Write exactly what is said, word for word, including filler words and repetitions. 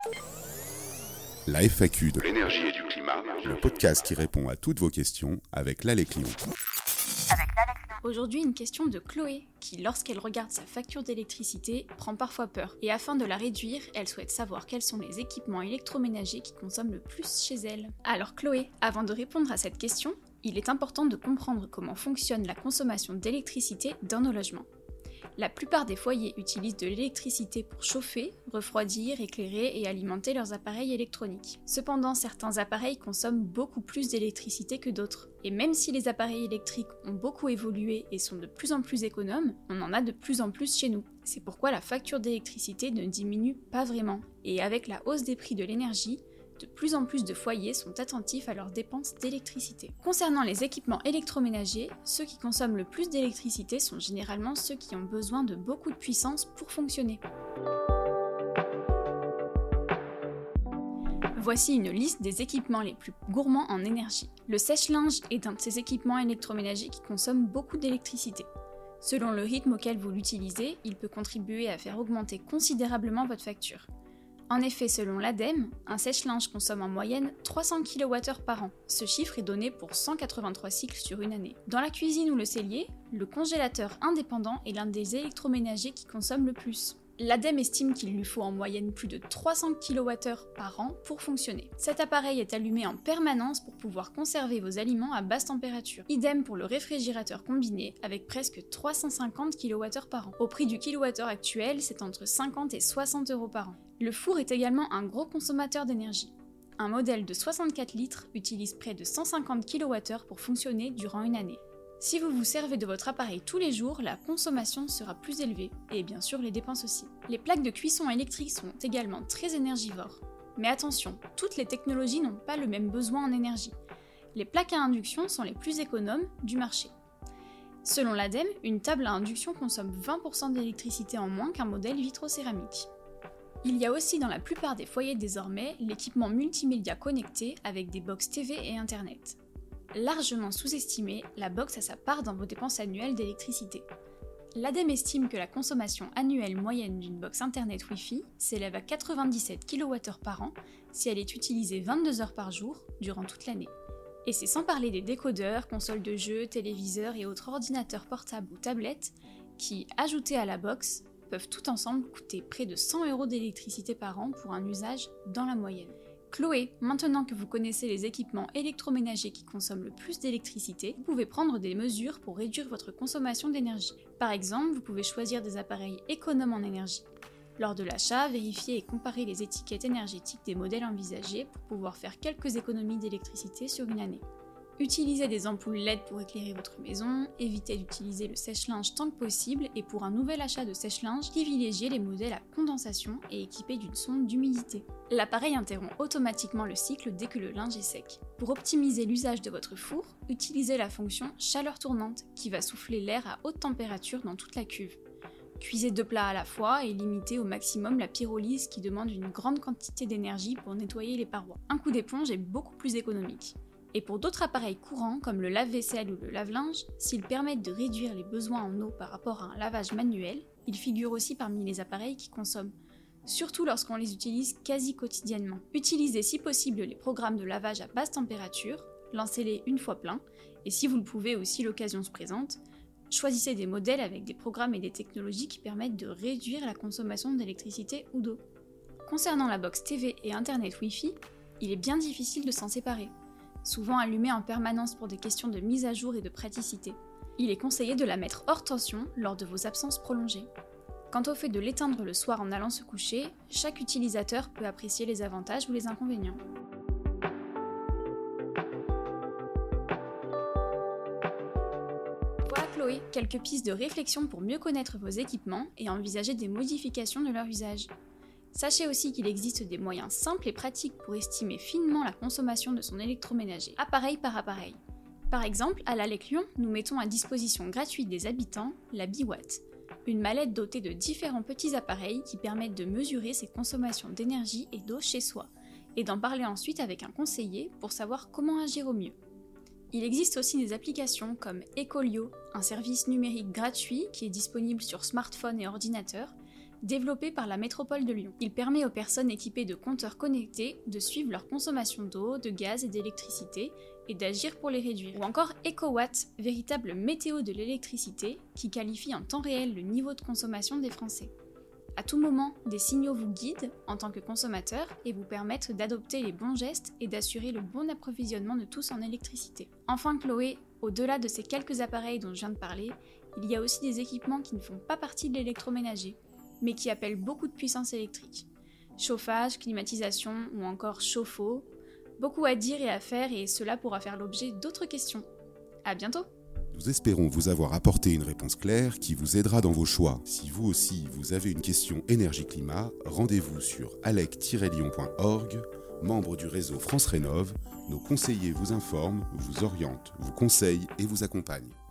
La F A Q de l'énergie et du climat, le podcast qui répond à toutes vos questions avec l'Aleclion. Aujourd'hui, une question de Chloé, qui, lorsqu'elle regarde sa facture d'électricité, prend parfois peur. Et afin de la réduire, elle souhaite savoir quels sont les équipements électroménagers qui consomment le plus chez elle. Alors Chloé, avant de répondre à cette question, il est important de comprendre comment fonctionne la consommation d'électricité dans nos logements. La plupart des foyers utilisent de l'électricité pour chauffer, refroidir, éclairer et alimenter leurs appareils électroniques. Cependant, certains appareils consomment beaucoup plus d'électricité que d'autres. Et même si les appareils électriques ont beaucoup évolué et sont de plus en plus économes, on en a de plus en plus chez nous. C'est pourquoi la facture d'électricité ne diminue pas vraiment. Et avec la hausse des prix de l'énergie, de plus en plus de foyers sont attentifs à leurs dépenses d'électricité. Concernant les équipements électroménagers, ceux qui consomment le plus d'électricité sont généralement ceux qui ont besoin de beaucoup de puissance pour fonctionner. Voici une liste des équipements les plus gourmands en énergie. Le sèche-linge est un de ces équipements électroménagers qui consomment beaucoup d'électricité. Selon le rythme auquel vous l'utilisez, il peut contribuer à faire augmenter considérablement votre facture. En effet, selon l'Ademe, un sèche-linge consomme en moyenne trois cents kilowattheures par an. Ce chiffre est donné pour cent quatre-vingt-trois cycles sur une année. Dans la cuisine ou le cellier, le congélateur indépendant est l'un des électroménagers qui consomme le plus. L'Ademe estime qu'il lui faut en moyenne plus de trois cents kilowattheures par an pour fonctionner. Cet appareil est allumé en permanence pour pouvoir conserver vos aliments à basse température. Idem pour le réfrigérateur combiné avec presque trois cent cinquante kilowattheures par an. Au prix du kilowattheure actuel, c'est entre cinquante et soixante euros par an. Le four est également un gros consommateur d'énergie. Un modèle de soixante-quatre litres utilise près de cent cinquante kilowattheures pour fonctionner durant une année. Si vous vous servez de votre appareil tous les jours, la consommation sera plus élevée, et bien sûr les dépenses aussi. Les plaques de cuisson électriques sont également très énergivores. Mais attention, toutes les technologies n'ont pas le même besoin en énergie. Les plaques à induction sont les plus économes du marché. Selon l'Ademe, une table à induction consomme vingt pour cent d'électricité en moins qu'un modèle vitrocéramique. Il y a aussi dans la plupart des foyers désormais l'équipement multimédia connecté avec des box T V et Internet. Largement sous-estimée, la box a sa part dans vos dépenses annuelles d'électricité. L'Ademe estime que la consommation annuelle moyenne d'une box Internet Wi-Fi s'élève à quatre-vingt-dix-sept kilowattheures par an si elle est utilisée vingt-deux heures par jour durant toute l'année. Et c'est sans parler des décodeurs, consoles de jeux, téléviseurs et autres ordinateurs portables ou tablettes qui, ajoutés à la box, peuvent tout ensemble coûter près de cent euros d'électricité par an pour un usage dans la moyenne. Chloé, maintenant que vous connaissez les équipements électroménagers qui consomment le plus d'électricité, vous pouvez prendre des mesures pour réduire votre consommation d'énergie. Par exemple, vous pouvez choisir des appareils économes en énergie. Lors de l'achat, vérifiez et comparez les étiquettes énergétiques des modèles envisagés pour pouvoir faire quelques économies d'électricité sur une année. Utilisez des ampoules L E D pour éclairer votre maison, évitez d'utiliser le sèche-linge tant que possible et pour un nouvel achat de sèche-linge, privilégiez les modèles à condensation et équipés d'une sonde d'humidité. L'appareil interrompt automatiquement le cycle dès que le linge est sec. Pour optimiser l'usage de votre four, utilisez la fonction chaleur tournante qui va souffler l'air à haute température dans toute la cuve. Cuisez deux plats à la fois et limitez au maximum la pyrolyse qui demande une grande quantité d'énergie pour nettoyer les parois. Un coup d'éponge est beaucoup plus économique. Et pour d'autres appareils courants comme le lave-vaisselle ou le lave-linge, s'ils permettent de réduire les besoins en eau par rapport à un lavage manuel, ils figurent aussi parmi les appareils qui consomment, surtout lorsqu'on les utilise quasi quotidiennement. Utilisez si possible les programmes de lavage à basse température, lancez-les une fois pleins, et si vous le pouvez ou si l'occasion se présente, choisissez des modèles avec des programmes et des technologies qui permettent de réduire la consommation d'électricité ou d'eau. Concernant la box T V et Internet Wi-Fi, il est bien difficile de s'en séparer. Souvent allumée en permanence pour des questions de mise à jour et de praticité. Il est conseillé de la mettre hors tension lors de vos absences prolongées. Quant au fait de l'éteindre le soir en allant se coucher, chaque utilisateur peut apprécier les avantages ou les inconvénients. Voilà Chloé, quelques pistes de réflexion pour mieux connaître vos équipements et envisager des modifications de leur usage. Sachez aussi qu'il existe des moyens simples et pratiques pour estimer finement la consommation de son électroménager, appareil par appareil. Par exemple, à l'Aleclion, nous mettons à disposition gratuite des habitants la Biwatt, une mallette dotée de différents petits appareils qui permettent de mesurer ses consommations d'énergie et d'eau chez soi, et d'en parler ensuite avec un conseiller pour savoir comment agir au mieux. Il existe aussi des applications comme Ecolio, un service numérique gratuit qui est disponible sur smartphone et ordinateur, développé par la métropole de Lyon. Il permet aux personnes équipées de compteurs connectés de suivre leur consommation d'eau, de gaz et d'électricité et d'agir pour les réduire. Ou encore EcoWatt, véritable météo de l'électricité qui qualifie en temps réel le niveau de consommation des Français. À tout moment, des signaux vous guident en tant que consommateur et vous permettent d'adopter les bons gestes et d'assurer le bon approvisionnement de tous en électricité. Enfin Chloé, au-delà de ces quelques appareils dont je viens de parler, il y a aussi des équipements qui ne font pas partie de l'électroménager, mais qui appellent beaucoup de puissance électrique. Chauffage, climatisation ou encore chauffe-eau, beaucoup à dire et à faire et cela pourra faire l'objet d'autres questions. À bientôt! Nous espérons vous avoir apporté une réponse claire qui vous aidera dans vos choix. Si vous aussi vous avez une question énergie-climat, rendez-vous sur alec tiret lyon point org, membre du réseau France Rénov'. Nos conseillers vous informent, vous orientent, vous conseillent et vous accompagnent.